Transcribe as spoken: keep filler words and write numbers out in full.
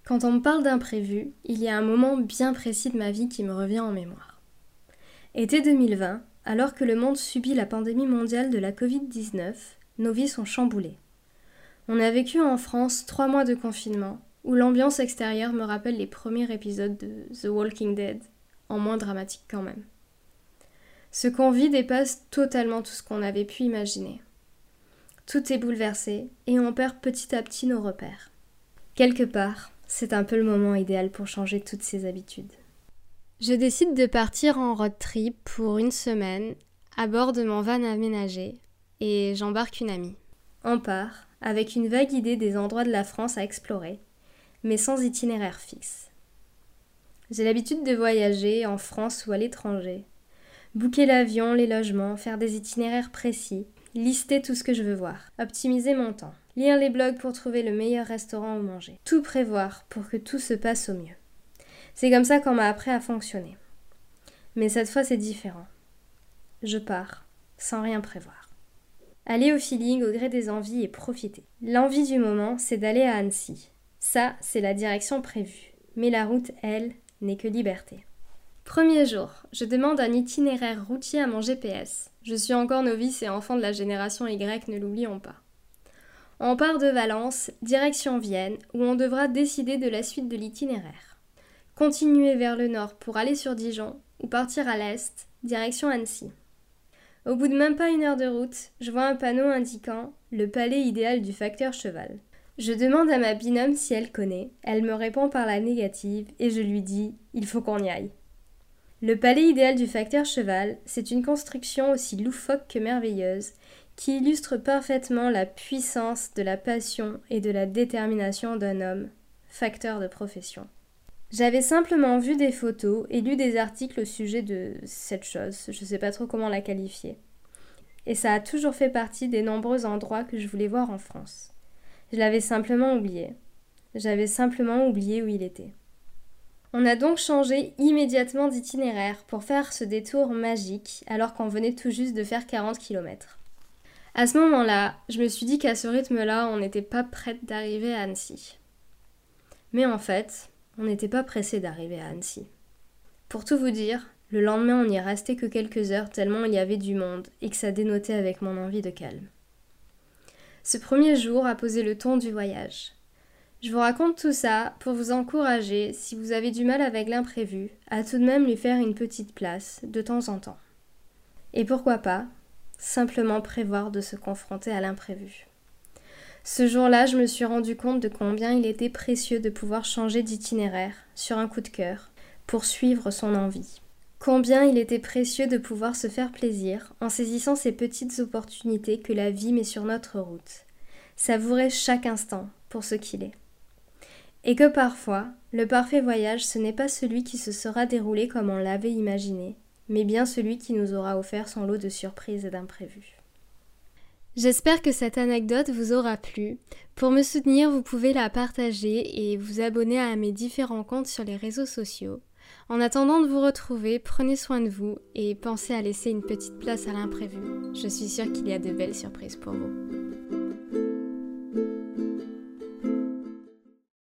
Quand on me parle d'imprévu, il y a un moment bien précis de ma vie qui me revient en mémoire. Été deux mille vingt, alors que le monde subit la pandémie mondiale de la covid dix-neuf, nos vies sont chamboulées. On a vécu en France trois mois de confinement, où l'ambiance extérieure me rappelle les premiers épisodes de The Walking Dead, en moins dramatique quand même. Ce qu'on vit dépasse totalement tout ce qu'on avait pu imaginer. Tout est bouleversé et on perd petit à petit nos repères. Quelque part, c'est un peu le moment idéal pour changer toutes ces habitudes. Je décide de partir en road trip pour une semaine à bord de mon van aménagé et j'embarque une amie. On part avec une vague idée des endroits de la France à explorer, mais sans itinéraire fixe. J'ai l'habitude de voyager en France ou à l'étranger, booker l'avion, les logements, faire des itinéraires précis, lister tout ce que je veux voir, optimiser mon temps, lire les blogs pour trouver le meilleur restaurant où manger, tout prévoir pour que tout se passe au mieux. C'est comme ça qu'on m'a appris à fonctionner. Mais cette fois, c'est différent. Je pars, sans rien prévoir. Aller au feeling, au gré des envies et profiter. L'envie du moment, c'est d'aller à Annecy. Ça, c'est la direction prévue. Mais la route, elle, n'est que liberté. Premier jour, je demande un itinéraire routier à mon G P S. Je suis encore novice et enfant de la génération Y, ne l'oublions pas. On part de Valence, direction Vienne, où on devra décider de la suite de l'itinéraire. Continuer vers le nord pour aller sur Dijon, ou partir à l'est, direction Annecy. Au bout de même pas une heure de route, je vois un panneau indiquant « Le palais idéal du facteur cheval ». Je demande à ma binôme si elle connaît, elle me répond par la négative et je lui dis « Il faut qu'on y aille ». Le palais idéal du facteur cheval, c'est une construction aussi loufoque que merveilleuse qui illustre parfaitement la puissance de la passion et de la détermination d'un homme, facteur de profession. J'avais simplement vu des photos et lu des articles au sujet de cette chose, je ne sais pas trop comment la qualifier. Et ça a toujours fait partie des nombreux endroits que je voulais voir en France. Je l'avais simplement oublié. J'avais simplement oublié où il était. On a donc changé immédiatement d'itinéraire pour faire ce détour magique alors qu'on venait tout juste de faire quarante kilomètres. À ce moment-là, je me suis dit qu'à ce rythme-là, on n'était pas prête d'arriver à Annecy. Mais en fait, on n'était pas pressé d'arriver à Annecy. Pour tout vous dire, le lendemain on n'y est resté que quelques heures tellement il y avait du monde et que ça dénotait avec mon envie de calme. Ce premier jour a posé le ton du voyage. Je vous raconte tout ça pour vous encourager, si vous avez du mal avec l'imprévu, à tout de même lui faire une petite place de temps en temps. Et pourquoi pas, simplement prévoir de se confronter à l'imprévu. Ce jour-là, je me suis rendu compte de combien il était précieux de pouvoir changer d'itinéraire, sur un coup de cœur, pour suivre son envie. Combien il était précieux de pouvoir se faire plaisir en saisissant ces petites opportunités que la vie met sur notre route. Savourer chaque instant pour ce qu'il est. Et que parfois, le parfait voyage, ce n'est pas celui qui se sera déroulé comme on l'avait imaginé, mais bien celui qui nous aura offert son lot de surprises et d'imprévus. J'espère que cette anecdote vous aura plu. Pour me soutenir, vous pouvez la partager et vous abonner à mes différents comptes sur les réseaux sociaux. En attendant de vous retrouver, prenez soin de vous et pensez à laisser une petite place à l'imprévu. Je suis sûre qu'il y a de belles surprises pour vous.